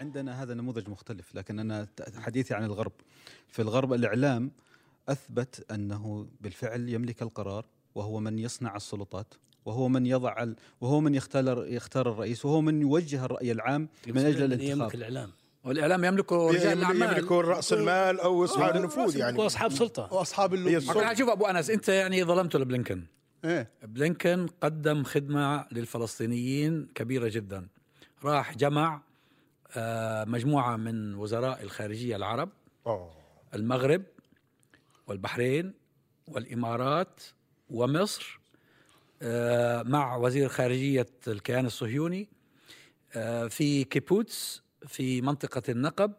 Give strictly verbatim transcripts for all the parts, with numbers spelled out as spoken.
عندنا هذا نموذج مختلف، لكن أنا حديثي عن الغرب. في الغرب الإعلام أثبت أنه بالفعل يملك القرار، وهو من يصنع السلطات، وهو من يضع ال... وهو من يختار يختار الرئيس، وهو من يوجه الرأي العام من أجل الانتخاب. يملك الإعلام، والإعلام يملكه رجال الأعمال، يملكه رأس المال أو أصحاب النفوذ يعني، وأصحاب سلطة وأصحاب اللوبي. شوف أبو أنس، أنت يعني ظلمته لبلينكن. إيه؟ بلينكن قدم خدمة للفلسطينيين كبيرة جدا، راح جمع مجموعة من وزراء الخارجية العرب، أوه. المغرب والبحرين والإمارات ومصر، مع وزير خارجية الكيان الصهيوني في كيبوتس في منطقة النقب،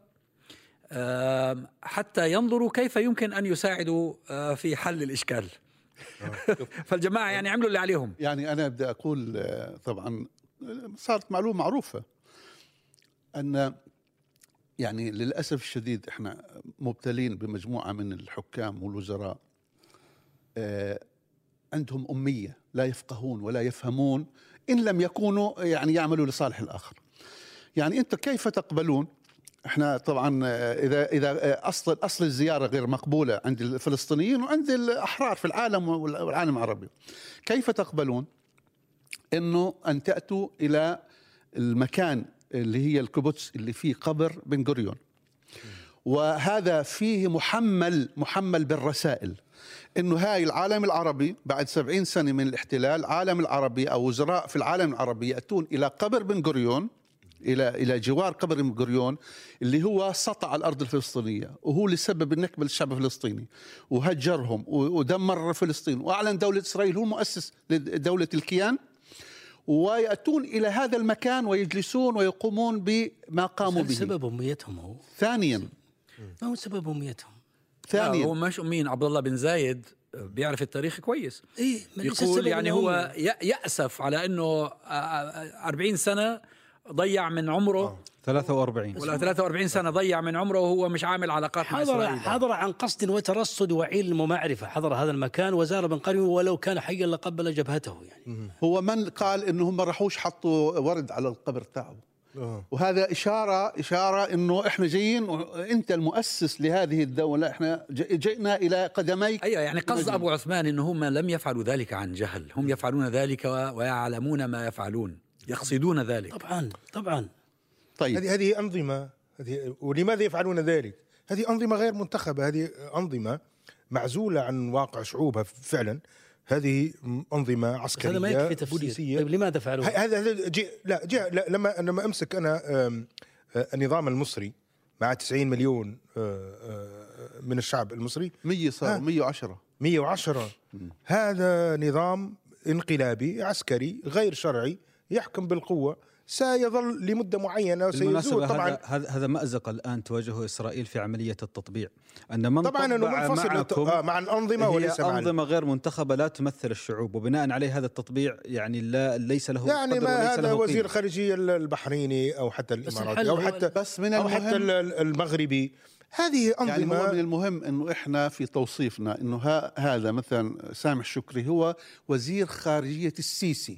حتى ينظروا كيف يمكن أن يساعدوا في حل الإشكال. فالجماعة يعني عملوا اللي عليهم. يعني أنا بدي أقول طبعا صارت معلومة معروفة أن يعني للأسف الشديد إحنا مبتلين بمجموعة من الحكام والوزراء عندهم أمية، لا يفقهون ولا يفهمون إن لم يكونوا يعني يعملوا لصالح الآخر. يعني أنت كيف تقبلون؟ احنا طبعا اذا اذا اصل اصل الزياره غير مقبوله عند الفلسطينيين وعند الاحرار في العالم والعالم العربي، كيف تقبلون انه ان تاتوا الى المكان اللي هي الكيبوتس اللي فيه قبر بن غوريون، وهذا فيه محمل محمل بالرسائل انه هاي العالم العربي بعد سبعين سنه من الاحتلال، العالم العربي او وزراء في العالم العربي ياتون الى قبر بن غوريون، إلى إلى جوار قبر بن غوريون اللي هو سطع الأرض الفلسطينية، وهو اللي سبب النكبة للشعب الفلسطيني وهجرهم ودمر فلسطين وأعلن دولة إسرائيل، هو المؤسس لدولة الكيان، ويأتون إلى هذا المكان ويجلسون ويقومون بما قاموا به. سبب أميتهم هو. ثانيا ما هو سبب أميتهم؟ ثانيا هو مش أمين. عبد الله بن زايد بيعرف التاريخ كويس. إيه يقول يعني هو يأسف على أنه أربعين سنة ضيع من عمره، آه. ثلاثة وأربعين ولا ثلاثة وأربعين سنة ضيع من عمره وهو مش عامل علاقات مع إسرائيل. حضر عن قصد وترصد وعلم ومعرفة، حضر هذا المكان وزار بن غوريون ولو كان حيا لقبل جبهته. يعني هو من قال إنه هم راحوش حطوا ورد على القبر تاعه، وهذا إشارة إشارة إنه إحنا جايين وأنت المؤسس لهذه الدولة، إحنا جئنا إلى قدميك. أيوة، يعني قصد أبو عثمان إنه هم لم يفعلوا ذلك عن جهل، هم يفعلون ذلك ويعلمون ما يفعلون، يقصدون ذلك. طبعا طبعا. طيب هذه هذه أنظمة، هذه ولماذا يفعلون ذلك؟ هذه أنظمة غير منتخبة، هذه أنظمة معزولة عن واقع شعوبها فعلا. هذه أنظمة عسكرية هذا ما يكفي تفسير. بوليسية. طيب لماذا فعلوا هذا هذا جي لا جي لا لما لما أمسك أنا النظام المصري مع تسعين مليون من الشعب المصري، مية صار مية وعشرة مية وعشرة هذا نظام انقلابي عسكري غير شرعي يحكم بالقوة، سيظل لمدة معينة وسيزول. طبعا هذا هذا مأزق الآن تواجهه إسرائيل في عملية التطبيع، أن من طبعا أنه منفصل آه مع الأنظمة وليس مع أنظمة غير منتخبة لا تمثل الشعوب، وبناء عليه هذا التطبيع يعني لا ليس له يعني قدر ما وليس هذا له وزير الخارجية البحريني أو حتى الإماراتي أو حتى بس من أو حتى المغربي، هذه أنظمة. يعني هو من المهم إنه إحنا في توصيفنا إنه هذا مثلا سامح شكري هو وزير خارجية السيسي،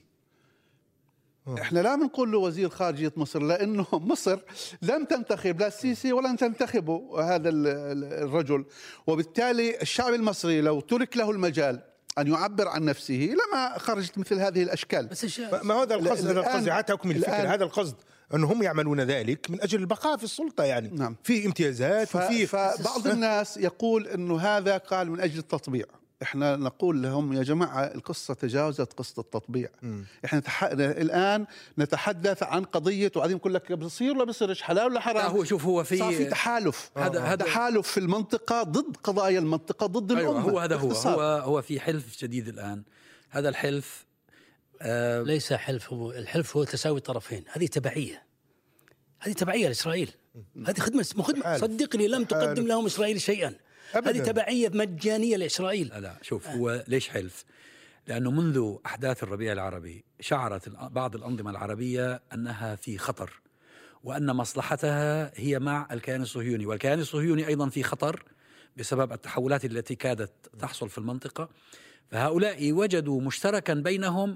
احنا لا بنقول له وزير خارجية مصر، لانه مصر لم تنتخب لا السيسي ولن تنتخبه هذا الرجل، وبالتالي الشعب المصري لو ترك له المجال ان يعبر عن نفسه لما خرجت مثل هذه الاشكال. بس ما هذا القصد، هذا القصد حتى اكمل الفكره، هذا القصد انه هم يعملون ذلك من اجل البقاء في السلطه، يعني نعم. في امتيازات ف... وفي فبعض الناس يقول انه هذا قال من اجل التطبيع. احنا نقول لهم يا جماعة القصة تجاوزت قصة التطبيع. م. احنا تح... الآن نتحدث عن قضية، وبعدين يقول لك بصير ولا بصيرش، حلال ولا حرام. هو شوف هو في صار في تحالف هذا هذا تحالف في المنطقة ضد قضايا المنطقة ضد أيوة الأمة. هو هذا هو هو هو في حلف جديد الآن. هذا الحلف آه ليس حلف، هو الحلف هو تساوي الطرفين. هذه تبعية، هذه تبعية لإسرائيل. هذه خدمة خدمة صدقني لم تقدم لهم إسرائيل شيئا. هذه تبعية مجانية لإسرائيل. لا, لا شوف هو ليش حلف؟ لأنه منذ أحداث الربيع العربي شعرت بعض الأنظمة العربية أنها في خطر، وأن مصلحتها هي مع الكيان الصهيوني، والكيان الصهيوني أيضا في خطر بسبب التحولات التي كادت تحصل في المنطقة. فهؤلاء وجدوا مشتركا بينهم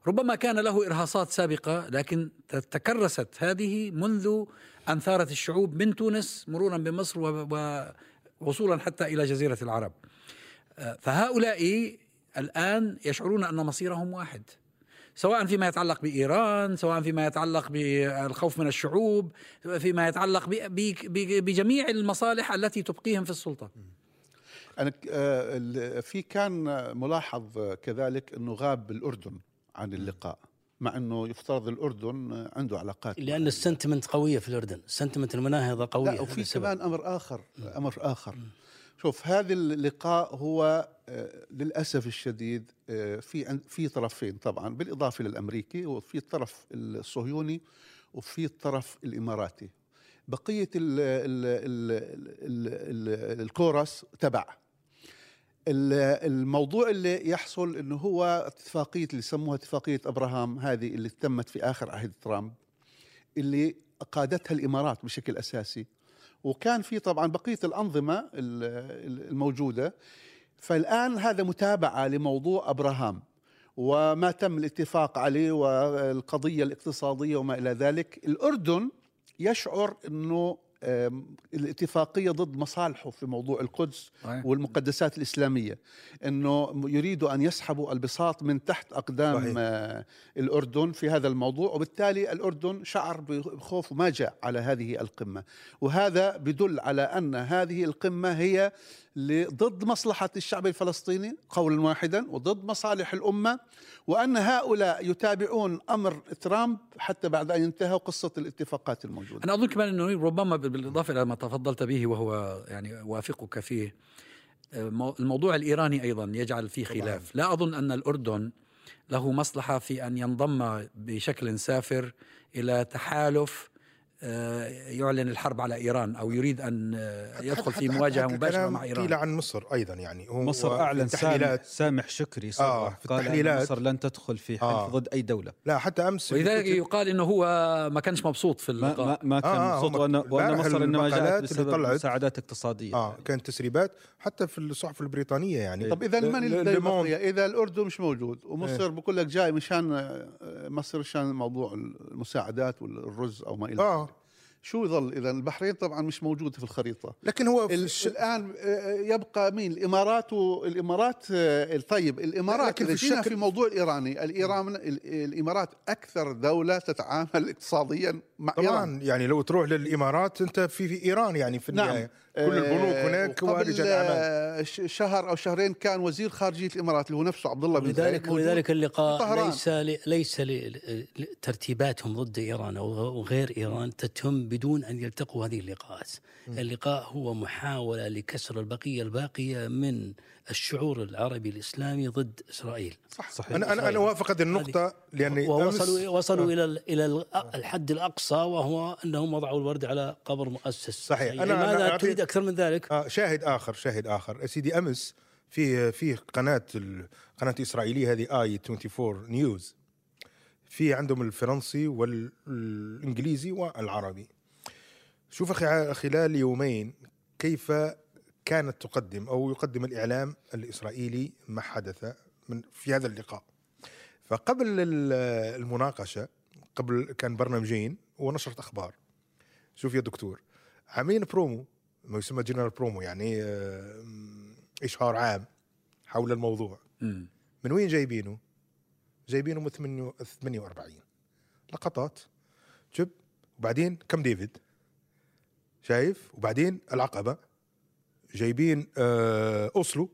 ربما كان له إرهاصات سابقة، لكن تكرست هذه منذ أن ثارت الشعوب من تونس مرورا بمصر ووصولا حتى إلى جزيرة العرب. فهؤلاء الآن يشعرون أن مصيرهم واحد، سواء فيما يتعلق بإيران، سواء فيما يتعلق بالخوف من الشعوب، فيما يتعلق بجميع المصالح التي تبقيهم في السلطة. أنا في كان ملاحظ كذلك أنه غاب الأردن عن اللقاء، مع أنه يفترض الأردن عنده علاقات، لأن السنتمنت قوية في الأردن، السنتمنت المناهضة قوية. لا، وفي كمان أمر آخر أمر آخر شوف، هذا اللقاء هو للأسف الشديد في في طرفين طبعا، بالإضافة للأمريكي، وفي الطرف الصهيوني وفي الطرف الإماراتي. بقية ال ال ال ال الكورس تبع الموضوع اللي يحصل، إنه هو اتفاقية اللي سموها اتفاقية أبراهام، هذه اللي تمت في آخر عهد ترامب، اللي قادتها الإمارات بشكل أساسي، وكان في طبعا بقية الأنظمة الموجودة. فالآن هذا متابعة لموضوع أبراهام وما تم الاتفاق عليه والقضية الاقتصادية وما إلى ذلك. الأردن يشعر أنه الاتفاقية ضد مصالحه في موضوع القدس والمقدسات الإسلامية، أنه يريدوا أن يسحبوا البساط من تحت أقدام صحيح. الأردن في هذا الموضوع، وبالتالي الأردن شعر بخوف وما جاء على هذه القمة. وهذا بدل على أن هذه القمة هي ضد مصلحة الشعب الفلسطيني قولا واحدا وضد مصالح الأمة، وأن هؤلاء يتابعون أمر ترامب حتى بعد أن ينتهوا قصة الاتفاقات الموجودة. أنا أظن كمان أنه ربما بالإضافة إلى ما تفضلت به، وهو يعني وافقك فيه، الموضوع الإيراني أيضا يجعل فيه خلاف. لا أظن أن الأردن له مصلحة في أن ينضم بشكل سافر إلى تحالف يعلن الحرب على إيران أو يريد أن يدخل في مواجهة مباشرة مع إيران. قيل عن مصر أيضا، يعني هو مصر أعلن تحليلات سامح شكري صرح آه في قال أن مصر لن تدخل في حلف آه ضد أي دولة. لا حتى أمس، ولذلك يقال إنه هو ما كانش مبسوط في اللقاء، ما, ما كان آه مبسوط، وأن, وأن مصر إنما جاءت بسبب مساعدات اقتصادية. آه كانت تسريبات حتى في الصحف البريطانية يعني. طب إذا من البقية، إذا الأردن مش موجود ومصر بقول لك جاي مشان مصر مشان موضوع المساعدات والرز أو ما إلى آه شو يظل؟ إذا البحرين طبعا مش موجودة في الخريطة، لكن هو الش... الآن يبقى مين؟ الإمارات. والإمارات طيب الإمارات إذا جينا في الموضوع الإيراني، الإيران الإمارات أكثر دولة تتعامل اقتصاديا مع طبعا إيران. يعني لو تروح للإمارات أنت في, في إيران يعني في النهاية. نعم. كل البنوك هناك ورجال أعمال. شهر أو شهرين كان وزير خارجية الإمارات اللي هو نفسه عبد الله بن زايد. ولذلك اللقاء ليس ل... ليس لترتيباتهم ضد إيران أو غير إيران تتم بدون أن يلتقوا هذه اللقاءات. م. اللقاء هو محاولة لكسر البقية الباقية من الشعور العربي الإسلامي ضد إسرائيل. صح صحيح. أنا أنا أنا وافق هذه النقطة، لأن ووصلوا وصلوا آه. إلى إلى الحد الأقصى، وهو أنهم وضعوا الورد على قبر مؤسس. صحيح. أنا ماذا أنا تريد أكثر من ذلك؟ آه شاهد آخر شاهد آخر سيدي، أمس في في قناة القناة الإسرائيلية هذه آي أربعة وعشرين نيوز، في عندهم الفرنسي والإنجليزي والعربي. شوف خلال يومين كيف كانت تقدم أو يقدم الإعلام الإسرائيلي ما حدث من في هذا اللقاء. فقبل المناقشة، قبل كان برنامجين ونشرة أخبار. شوف يا دكتور، عاملين برومو، ما يسمى جنرال برومو، يعني إشهار عام حول الموضوع. م. من وين جايبينه؟ جايبينه من ثمانية وأربعين لقطات شوف، وبعدين كم ديفيد شايف، وبعدين العقبة، جايبين آه أوسلو،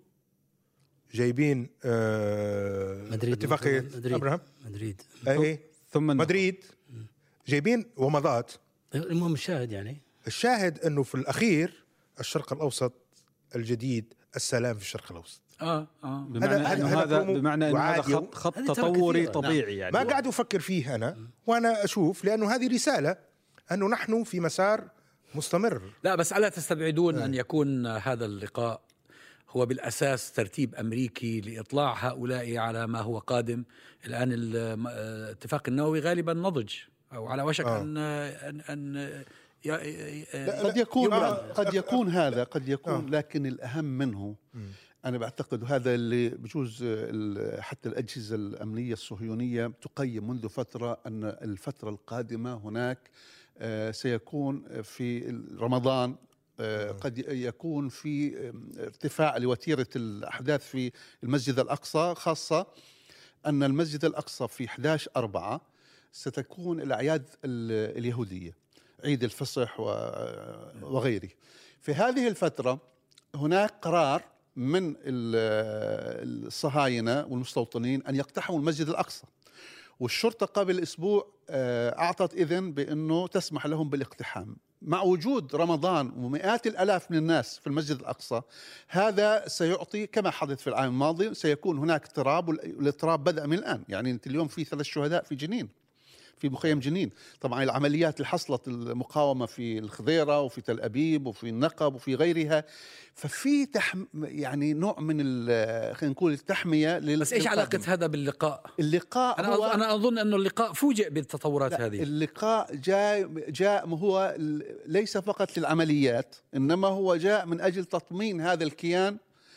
جايبين آه مدريد، اتفاقية مدريد أبراهام، مدريد أي ثم مدريد، جايبين ومضات. المهم الشاهد يعني الشاهد أنه في الأخير الشرق الأوسط الجديد، السلام في الشرق الأوسط. آه آه بمعنى هذا هذا بمعنى إنه هذا خط, خط تطوري طبيعي. يعني ما قاعد أفكر فيه أنا، وأنا أشوف لأنه هذه رسالة أنه نحن في مسار مستمر. لا بس ألا تستبعدون م. أن يكون هذا اللقاء هو بالأساس ترتيب أمريكي لإطلاع هؤلاء على ما هو قادم؟ الآن الاتفاق النووي غالبا نضج أو على وشك آه. أن أن, أن قد يكون قد يكون هذا قد يكون آه. لكن الأهم منه أنا بعتقد هذا اللي بجوز حتى الأجهزة الأمنية الصهيونية تقيم منذ فترة أن الفترة القادمة هناك سيكون في رمضان قد يكون في ارتفاع لوتيرة الأحداث في المسجد الأقصى، خاصة أن المسجد الأقصى في أحد عشر أربعة ستكون الأعياد اليهودية، عيد الفصح وغيره. في هذه الفترة هناك قرار من الصهاينة والمستوطنين أن يقتحموا المسجد الأقصى، والشرطة قبل أسبوع أعطت إذن بأنه تسمح لهم بالاقتحام. مع وجود رمضان ومئات الآلاف من الناس في المسجد الأقصى، هذا سيعطي كما حدث في العام الماضي، سيكون هناك اضطراب، والاضطراب بدأ من الآن. يعني أنت اليوم في ثلاث شهداء في جنين، في مخيم جنين. طبعا العمليات اللي حصلت المقاومة في الخضيرة وفي تل أبيب وفي النقب وفي غيرها، ففي تحم يعني نوع من خلينا نقول التحمية. بس إيش علاقة هذا باللقاء؟ اللقاء أنا, هو أنا أظن أنه اللقاء فوجئ بالتطورات هذه. اللقاء جاء جاء هو ليس فقط للعمليات، إنما هو جاء من أجل تطمين هذا الكيان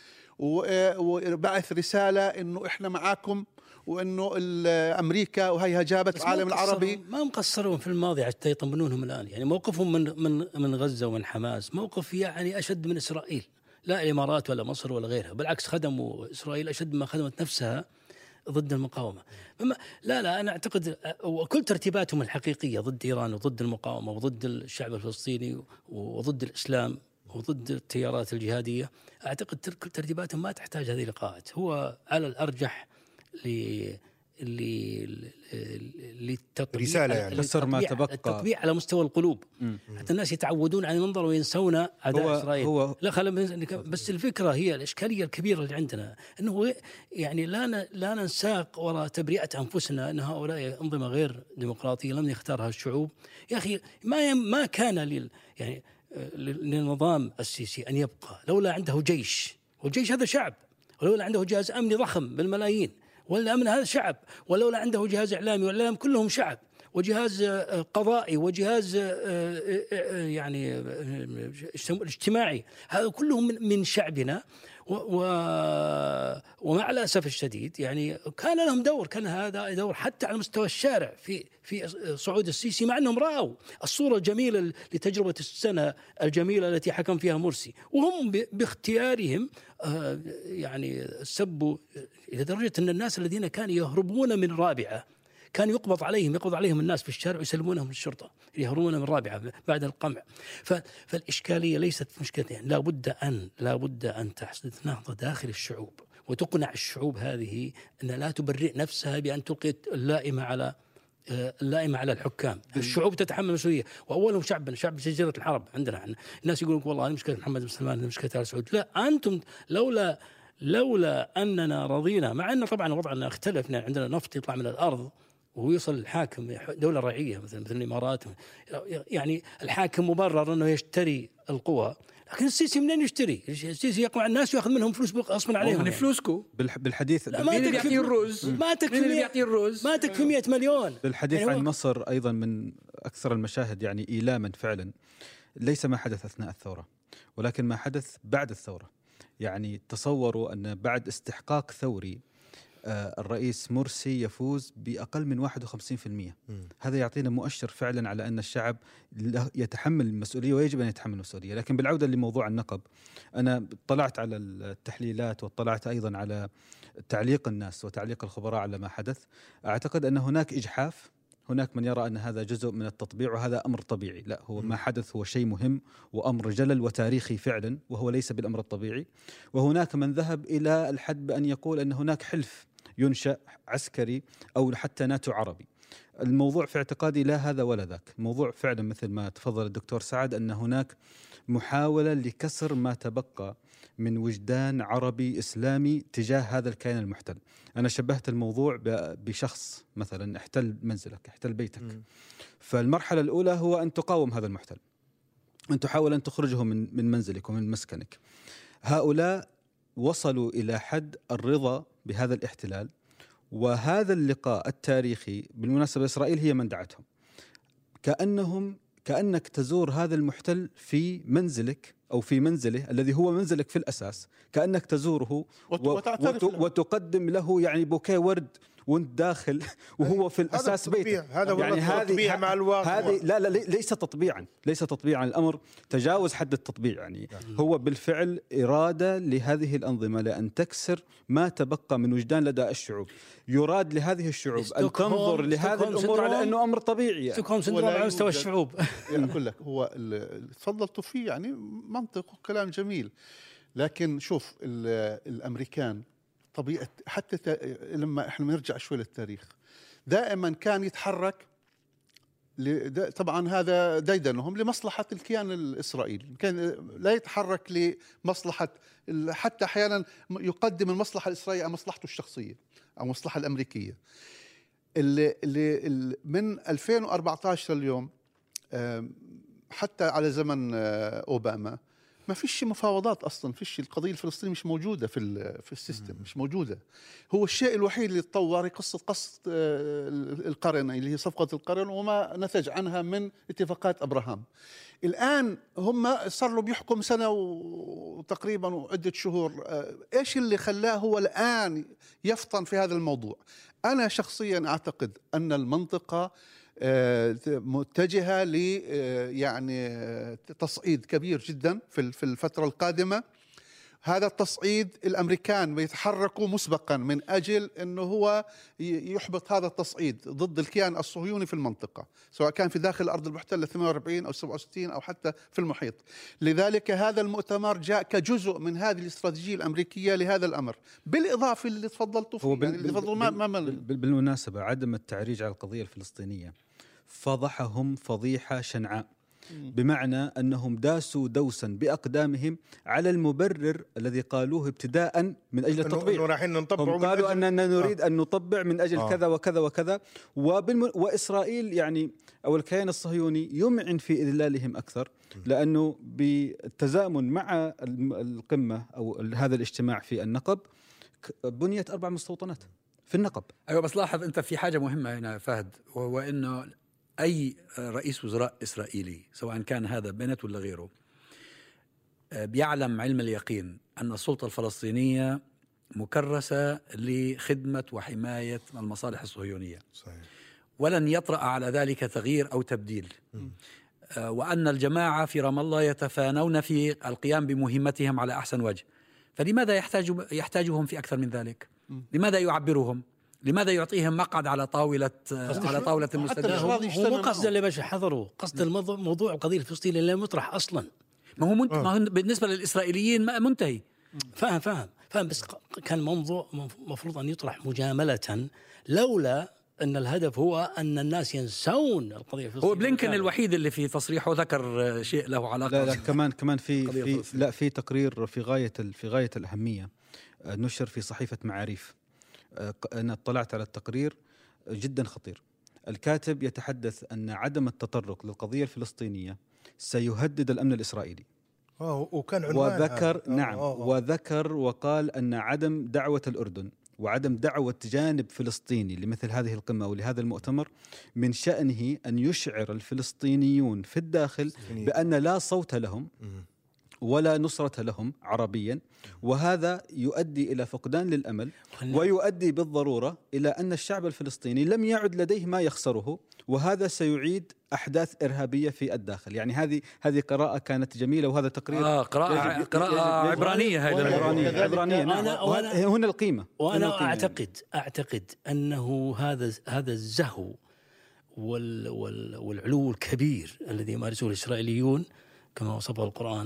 وبعث رسالة إنه إحنا معاكم، وانه امريكا وهي جابت العالم العربي. ما مقصرون في الماضي حتى يطمنونهم الان، يعني موقفهم من من من غزه ومن حماس موقف يعني اشد من اسرائيل، لا الامارات ولا مصر ولا غيرها، بالعكس خدموا اسرائيل اشد ما خدمت نفسها ضد المقاومه. لا لا انا اعتقد وكل ترتيباتهم الحقيقيه ضد ايران وضد المقاومه وضد الشعب الفلسطيني وضد الاسلام وضد التيارات الجهاديه، اعتقد كل ترتيباتهم ما تحتاج هذه اللقاءات. هو على الارجح ل للتطبيع رسالة يعني كسر ما تبقى، التطبيع على مستوى القلوب. مم. حتى الناس يتعودون على المنظر وينسون أعداء إسرائيل. هو لا خل بس الفكرة هي الإشكالية الكبيرة اللي عندنا أنه يعني لا لا ننساق وراء تبرئة أنفسنا أن هؤلاء أنظمة غير ديمقراطية لم يختارها الشعوب. يا أخي ما ما كان لل يعني للنظام السيسي أن يبقى لولا عنده جيش، والجيش هذا شعب، ولولا عنده جهاز أمني ضخم بالملايين، والأمن هذا شعب، ولولا عنده جهاز إعلامي والإعلام كلهم شعب، وجهاز قضائي وجهاز يعني اجتماعي، هذا كلهم من شعبنا. ومع الأسف الشديد يعني كان لهم دور، كان هذا دور حتى على مستوى الشارع في في صعود السيسي، مع أنهم رأوا الصورة الجميلة لتجربة السنة الجميلة التي حكم فيها مرسي، وهم باختيارهم يعني سبوا إلى درجة أن الناس الذين كانوا يهربون من رابعة كان يقبض عليهم يقبض عليهم الناس في الشارع ويسلمونهم للشرطة، يهربون من رابعة بعد القمع. فالإشكالية ليست مشكلة، يعني لا بد أن لا بد أن تحدث نهضة داخل الشعوب وتقنع الشعوب هذه أن لا تبرئ نفسها بأن تلقي اللائمة على اللائمة على الحكام. الشعوب تتحمل المسؤولية، وأولهم شعبنا، شعب جزيرة العرب. عندنا الناس يقولون والله مشكلة محمد بن سلمان، مشكلة آل سعود. لا، أنتم لولا لولا أننا رضينا، مع أن طبعا وضعنا اختلفنا، عندنا نفط يطلع من الأرض ويوصل الحاكم دولة رعية مثل مثل الإمارات، يعني الحاكم مبرر أنه يشتري القوى، لكن السيسي منين يشتري؟ السيسي يقمع الناس ويأخذ منهم فلوس غصبا عليهم. من يعني. فلوسكم بالحديث ما اللي بيعطيه الرز، ما تكفي اللي بيعطيه الرز، ما تكفي مئة مليون. بالحديث يعني عن مصر أيضا من أكثر المشاهد يعني إيلاما فعلا ليس ما حدث أثناء الثورة، ولكن ما حدث بعد الثورة. يعني تصوروا أن بعد استحقاق ثوري الرئيس مرسي يفوز بأقل من واحد وخمسين بالمئة. هذا يعطينا مؤشر فعلا على أن الشعب يتحمل المسؤولية ويجب أن يتحمل المسؤولية. لكن بالعودة لموضوع النقب، أنا اطلعت على التحليلات واطلعت أيضا على تعليق الناس وتعليق الخبراء على ما حدث. أعتقد أن هناك إجحاف، هناك من يرى أن هذا جزء من التطبيع وهذا أمر طبيعي. لا، هو ما حدث هو شيء مهم وأمر جلل وتاريخي فعلا، وهو ليس بالأمر الطبيعي. وهناك من ذهب إلى الحد بأن يقول أن هناك حلف ينشأ عسكري أو حتى ناتو عربي. الموضوع في اعتقادي لا هذا ولا ذاك. الموضوع فعلا مثل ما تفضل الدكتور سعد، أن هناك محاولة لكسر ما تبقى من وجدان عربي إسلامي تجاه هذا الكيان المحتل. أنا شبهت الموضوع بشخص مثلا احتل منزلك، احتل بيتك. م. فالمرحلة الأولى هو أن تقاوم هذا المحتل، أن تحاول أن تخرجه من من منزلك ومن مسكنك. هؤلاء وصلوا إلى حد الرضا بهذا الاحتلال، وهذا اللقاء التاريخي بالمناسبة إسرائيل هي من دعتهم، كأنهم كأنك تزور هذا المحتل في منزلك أو في منزله الذي هو منزلك في الأساس، كأنك تزوره وت... وتقدم له يعني بوكيه ورد وانت داخل وهو في الأساس بيتك. هذا يعني هذه مع الواقع. هذه لا لا ليس تطبيعا، ليس تطبيعا، الأمر تجاوز حد التطبيع يعني. يعني. هو بالفعل إرادة لهذه الأنظمة لأن تكسر ما تبقى من وجدان لدى الشعوب. يراد لهذه الشعوب أن تنظر لهذه الأمور على أنه أمر طبيعي يعني. ستوكهولم سندروم على مستوى الشعوب. أقول لك هو تفضلت فيه يعني منطق وكلام جميل، لكن شوف الأمريكان طبيعة حتى لما احنا نرجع شوي للتاريخ دائما كان يتحرك طبعا هذا ديدنهم لمصلحة الكيان الإسرائيلي، كان لا يتحرك لمصلحة، حتى أحيانا يقدم المصلحة الإسرائيلية على مصلحته الشخصية أو مصلحة الأمريكية. اللي اللي من ألفين وأربعة عشر اليوم حتى على زمن أوباما ما فيش مفاوضات اصلا، فيش القضيه الفلسطينيه مش موجوده في في السيستم، مش موجوده. هو الشيء الوحيد اللي تطور قصه قصه القرن اللي هي صفقه القرن وما نتج عنها من اتفاقات ابراهام. الان هم صار له بيحكم سنه وتقريبا وعده شهور، ايش اللي خلاه هو الان يفطن في هذا الموضوع؟ انا شخصيا اعتقد ان المنطقه متجهة ل يعني تصعيد كبير جدا في في الفترة القادمة. هذا التصعيد الأمريكان بيتحركوا مسبقا من أجل أنه هو يحبط هذا التصعيد ضد الكيان الصهيوني في المنطقة، سواء كان في داخل الأرض المحتلة ثمانية وأربعين أو سبعة وستين أو حتى في المحيط. لذلك هذا المؤتمر جاء كجزء من هذه الاستراتيجية الأمريكية لهذا الأمر، بالإضافة اللي تفضلتوا فيه. بال يعني بال ما ما بال بالمناسبة عدم التعريج على القضية الفلسطينية فضحهم فضيحة شنعاء، بمعنى أنهم داسوا دوسا بأقدامهم على المبرر الذي قالوه ابتداء من أجل التطبيع. هم قالوا أننا نريد آه. أن نطبع من أجل آه. كذا وكذا وكذا، وبالم... وإسرائيل يعني أو الكيان الصهيوني يمعن في إذلالهم أكثر، لأنه بالتزامن مع القمة أو هذا الاجتماع في النقب بنيت أربع مستوطنات في النقب. أيوة، بس لاحظ أنت في حاجة مهمة هنا فهد، وهو أنه أي رئيس وزراء إسرائيلي سواء كان هذا بنت ولا غيره بيعلم علم اليقين أن السلطة الفلسطينية مكرسة لخدمة وحماية المصالح الصهيونية. صحيح. ولن يطرأ على ذلك تغيير أو تبديل. م. وأن الجماعة في رام الله يتفانون في القيام بمهمتهم على أحسن وجه، فلماذا يحتاج يحتاجهم في أكثر من ذلك؟ م. لماذا يعبرهم؟ لماذا يعطيهم مقعد على طاولة على طاولة المستدعين؟ هو مو قصد اللي باش حضروا، قصد الموضوع موضوع القضية الفلسطينية اللي مطرح أصلا. ما هو منت... ما هو بالنسبة للإسرائيليين ما منتهي. فاهم فاهم فاهم بس كان موضوع مفروض أن يطرح مجاملة، لولا أن الهدف هو أن الناس ينسون القضية الفلسطينية. هو بلينكن الوحيد اللي في تصريحه ذكر شيء له علاقة. لا لا كمان كمان في في لا في تقرير في غاية في غاية الأهمية نشر في صحيفة معاريف. أنا اطلعت على التقرير جدا خطير. الكاتب يتحدث أن عدم التطرق للقضية الفلسطينية سيهدد الأمن الإسرائيلي. آه وكان وذكر آه نعم آه آه. وذكر وقال أن عدم دعوة الأردن وعدم دعوة جانب فلسطيني لمثل هذه القمة ولهذا المؤتمر من شأنه أن يشعر الفلسطينيون في الداخل بأن لا صوت لهم ولا نصرة لهم عربيا، وهذا يؤدي إلى فقدان للأمل ويؤدي بالضرورة إلى أن الشعب الفلسطيني لم يعد لديه ما يخسره، وهذا سيعيد أحداث إرهابية في الداخل. يعني هذه هذه قراءة كانت جميلة، وهذا تقرير آه قراءة يجب قراءة يجب عبرانية هذه عبرانية عبرانية نعم. هنا القيمة. وأنا القيمة أعتقد يعني. أعتقد أنه هذا هذا الزهو وال وال والعلو الكبير الذي يمارسه الإسرائيليون كما وصفه القرآن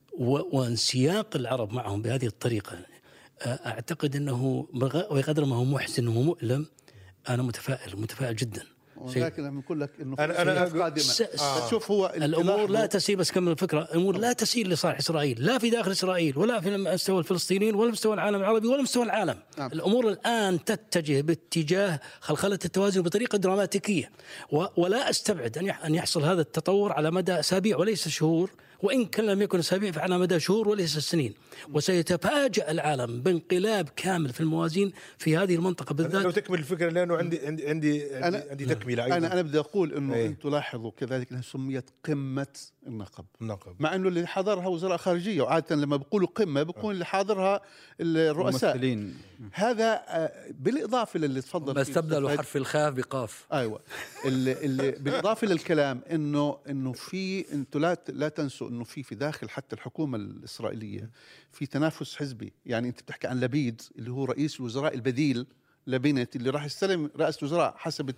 وانسياق العرب معهم بهذه الطريقة، أعتقد أنه بقدر ما هو محزن ومؤلم أنا متفائل متفائل جدا. لكن لما نقول لك إنه أنا أنا قادمة آه. شوف هو الأمور لا تسير، بس كمل الفكرة، الأمور لا تسير لصالح إسرائيل لا في داخل إسرائيل ولا في مستوى الفلسطينيين ولا مستوى العالم العربي ولا مستوى العالم. آه. الأمور الآن تتجه باتجاه خلخلة التوازن بطريقة دراماتيكية، ولا أستبعد أن يحصل هذا التطور على مدى أسابيع وليس شهور، وإن كان لم يكن أسابيع فعلى مدى شهور وليس سنين. وسيتفاجأ العالم بانقلاب كامل في الموازين في هذه المنطقة بالذات. لو تكمل الفكرة لأنه عندي عندي عندي أنا عندي تكملة أيضا. أنا أنا بدي أقول إنه ايه؟ أنتم لاحظوا كذلك أنها سميت قمة النقب. النقب مع إنه اللي حاضرها وزراء خارجية، وعادة لما بيقولوا قمة بيكون اللي حاضرها الرؤساء. ممثلين. هذا بالإضافة للي تفضل ما استبدلوا حرف الخاف بقاف. أيوة. اللي, اللي بالإضافة للكلام إنه إنه في أنتم لا لا تنسوا إنه في في داخل حتى الحكومة الإسرائيلية في تنافس حزبي. يعني أنت بتحكي عن لبيد اللي هو رئيس الوزراء البديل لبنت اللي راح يستلم رئاسة الوزراء حسب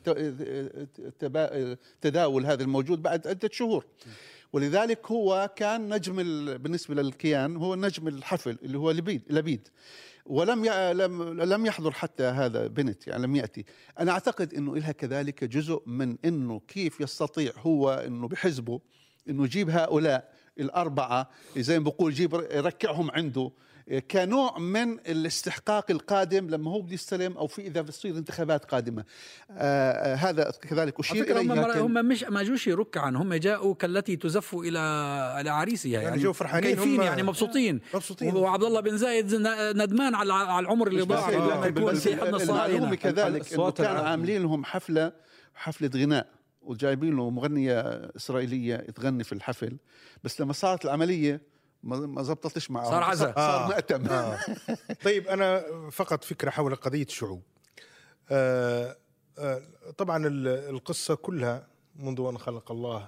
التداول هذا الموجود بعد عدة شهور. ولذلك هو كان نجم بالنسبة للكيان، هو نجم الحفل اللي هو لبيد لبيد ولم لم لم يحضر حتى هذا بنت، يعني لم يأتي. أنا أعتقد إنه إلها كذلك جزء من إنه كيف يستطيع هو إنه بحزبه إنه يجيب هؤلاء الأربعة زي ما بقول جيب يركعهم عنده كنوع من الاستحقاق القادم لما هو بده يستلم أو في إذا بتصير انتخابات قادمة. آه هذا كذلك أشير إليه. هم, هم مش ما جوش ركعا، هم جاءوا كالتي تزف إلى إلى عريسها، يعني, يعني جو فرحانين، كيفين يعني مبسوطين. مبسوطين. وعبد الله بن زايد ندمان على على العمر اللي ضاع. المعلومة كذلك إنه كانوا عاملين لهم حفلة حفلة غناء وجايبين له مغنية إسرائيلية تغني في الحفل، بس لما صارت العملية ما زبطتش معه، صار عزا، صار مأتم. آه. طيب أنا فقط فكرة حول قضية الشعوب. آه آه طبعا القصة كلها منذ أن خلق الله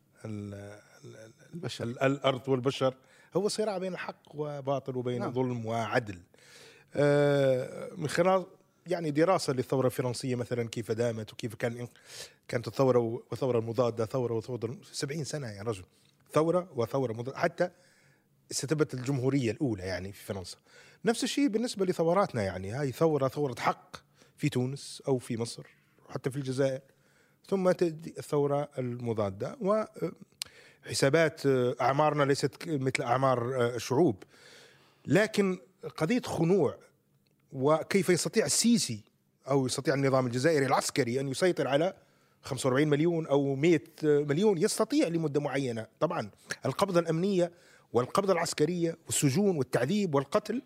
البشر الأرض والبشر هو صراع بين الحق وباطل وبين نعم. ظلم وعدل. آه من خلال يعني دراسة للثورة الفرنسية مثلا كيف دامت وكيف كان كانت الثورة وثورة المضادة ثورة وثورة سبعين سنة يا رجل، ثورة وثورة مضادة حتى استتبت الجمهورية الأولى يعني في فرنسا. نفس الشيء بالنسبة لثوراتنا، يعني هاي ثورة ثورة حق في تونس أو في مصر حتى في الجزائر، ثم تأتي الثورة المضادة. وحسابات أعمارنا ليست مثل أعمار الشعوب، لكن قضية خنوع وكيف يستطيع السيسي أو يستطيع النظام الجزائري العسكري أن يسيطر على خمسة وأربعين مليون أو مئة مليون، يستطيع لمدة معينة. طبعا القبضة الأمنية والقبضة العسكرية والسجون والتعذيب والقتل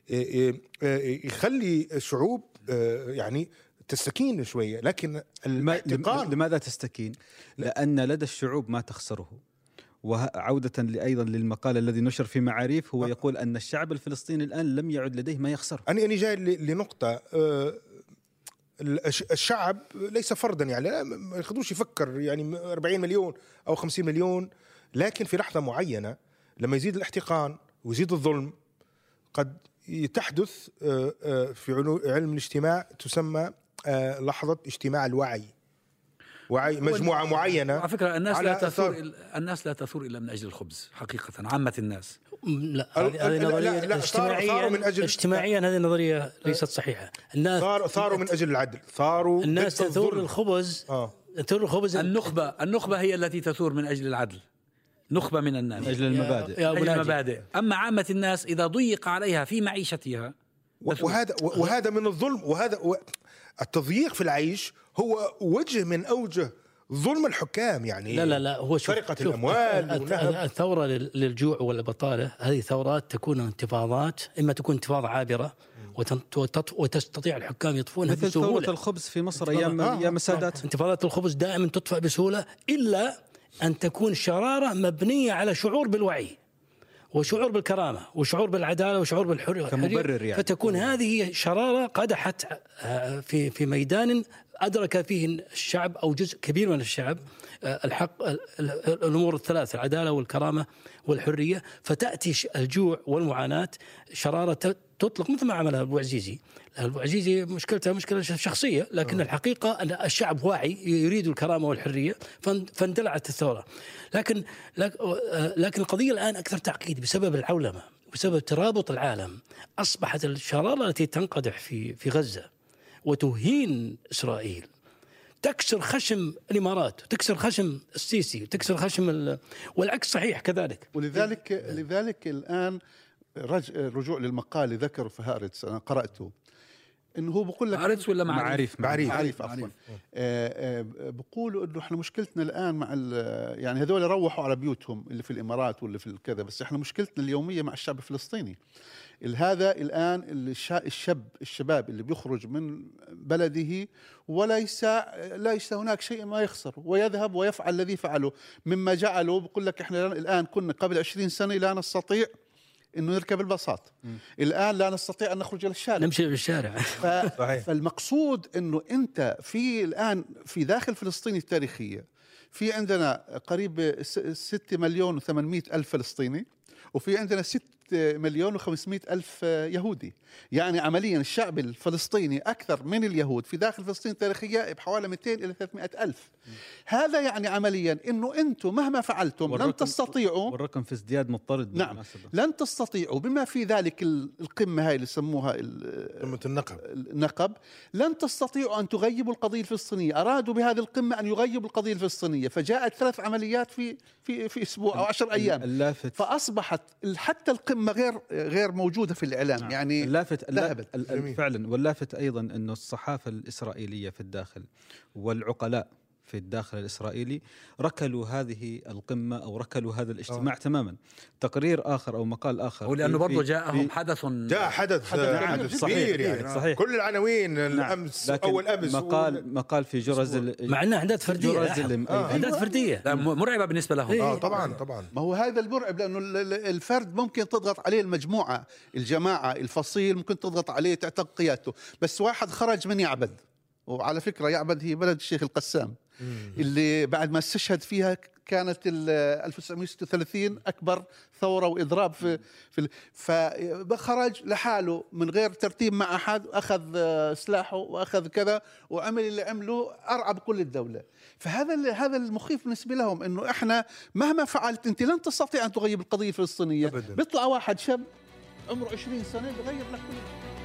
يخلي الشعوب يعني تستكين شوية، لكن الاحتقان. لماذا تستكين؟ لأن لدى الشعوب ما تخسره. وعودة أيضا للمقال الذي نشر في معاريف هو يقول أن الشعب الفلسطيني الآن لم يعد لديه ما يخسره. أنا أنا جاي لنقطة، الشعب ليس فردا، يعني ما يخدوش يفكر يعني أربعين مليون أو خمسين مليون، لكن في لحظة معينة لما يزيد الاحتقان ويزيد الظلم قد تحدث في علم الاجتماع تسمى لحظة اجتماع الوعي، وعي مجموعة معينة. على فكرة الناس لا تثور الناس لا تثور إلا من أجل الخبز حقيقة، عامة الناس. لا هذه نظرية اجتماعيا اجتماعيا هذه النظرية ليست صحيحة. الناس ثاروا ثاروا من أجل العدل، ثاروا الناس تثور الخبز. آه. تثور الخبز. النخبة النخبة هي التي تثور من أجل العدل، نخبة من الناس من أجل المبادئ. يا أجل المبادئ. أما عامة الناس إذا ضيق عليها في معيشتها، وهذا وهذا من الظلم، وهذا التضييق في العيش هو وجه من أوجه ظلم الحكام. يعني لا لا لا هو سرقة الأموال. الثورة للجوع والبطالة هذه ثورات تكون انتفاضات، إما تكون انتفاضة عابرة وتستطيع الحكام يطفونها مثل بسهولة. ثورة الخبز في مصر أيام أيام السادات. انتفاضات الخبز دائما تطفأ بسهولة، إلا أن تكون شرارة مبنية على شعور بالوعي وشعور بالكرامة وشعور بالعدالة وشعور بالحرية كمبرر يعني. فتكون هذه شرارة قدحت في في ميدان أدرك فيه الشعب أو جزء كبير من الشعب الحق الأمور الثلاث، العدالة والكرامة والحرية، فتأتي الجوع والمعاناة شرارة تطلق مثل ما عملها أبو عزيزي. أبو عزيزي مشكلتها مشكلة شخصية، لكن الحقيقة أن الشعب واعي يريد الكرامة والحرية فاندلعت الثورة. لكن لكن القضية الآن أكثر تعقيد بسبب العولمة، بسبب ترابط العالم. أصبحت الشرارة التي تنقدح في في غزة وتهين إسرائيل تكسر خشم الإمارات وتكسر خشم السيسي وتكسر خشم، والعكس صحيح كذلك. ولذلك لذلك الآن رجوع للمقال ذكر في هارتس أنا قرأته، انه هو بقول لك معارف ولا معارف؟ معارف معارف عفوا. آه بقولوا انه احنا مشكلتنا الان مع يعني هذول روحوا على بيوتهم اللي في الامارات واللي في الكذا، بس احنا مشكلتنا اليوميه مع الشعب الفلسطيني. هذا الان الشاب الشباب اللي بيخرج من بلده وليس ليس هناك شيء ما يخسر، ويذهب ويفعل الذي فعله، مما جعله بقول لك احنا الان كنا قبل عشرين سنه لا نستطيع انه نركب الباصات، الان لا نستطيع ان نخرج الى الشارع، نمشي في الشارع. ف... فالمقصود انه انت في الان في داخل فلسطين التاريخيه في عندنا قريب ستة مليون وثمانمائة الف فلسطيني، وفي عندنا ستة مليون وخمسمائة ألف يهودي. يعني عمليا الشعب الفلسطيني أكثر من اليهود في داخل فلسطين التاريخية بحوالي مئتين إلى ثلاثمائة ألف. هذا يعني عمليا أنه أنتم مهما فعلتم لن تستطيعوا، والرقم في ازدياد مضطرد. نعم، لن تستطيعوا بما في ذلك القمة هاي اللي سموها قمة النقب النقب لن تستطيعوا أن تغيبوا القضية الفلسطينية. أرادوا بهذه القمة أن يغيبوا القضية الفلسطينية، فجاءت ثلاث عمليات في في في أسبوع أو عشر أيام، اللافت فأصبحت حتى القمة غير غير موجودة في الإعلام. نعم. يعني اللافت فعلا. واللافت أيضا أنه الصحافة الإسرائيلية في الداخل والعقلاء في الداخل الإسرائيلي ركلوا هذه القمة أو ركلوا هذا الاجتماع أوه. تماما. تقرير آخر أو مقال آخر، ولأنه برضو جاءهم حدث جاء حدث حدث كبير يعني صحيح. كل العناوين الأمس أول أمس مقال و... مقال في جرز مع أنها أحداث فردية أحداث آه. فردية مرعبة بالنسبة لهم. آه طبعا طبعا. ما هو هذا المرعب، لأنه الفرد ممكن تضغط عليه المجموعة، الجماعة، الفصيل ممكن تضغط عليه تعتق قيادته، بس واحد خرج من يعبد، وعلى فكرة يعبد هي بلد الشيخ القسام اللي بعد ما استشهد فيها كانت ألف وتسعمائة وستة وثلاثين أكبر ثورة وإضراب في في فخرج لحاله من غير ترتيب مع أحد، أخذ سلاحه وأخذ كذا وعمل اللي عمله، أرعب كل الدولة. فهذا هذا المخيف بالنسبة لهم، إنه إحنا مهما فعلت أنت لن تستطيع أن تغيب القضية الفلسطينية. بيطلع واحد شاب عمره عشرين سنة بغير لك كل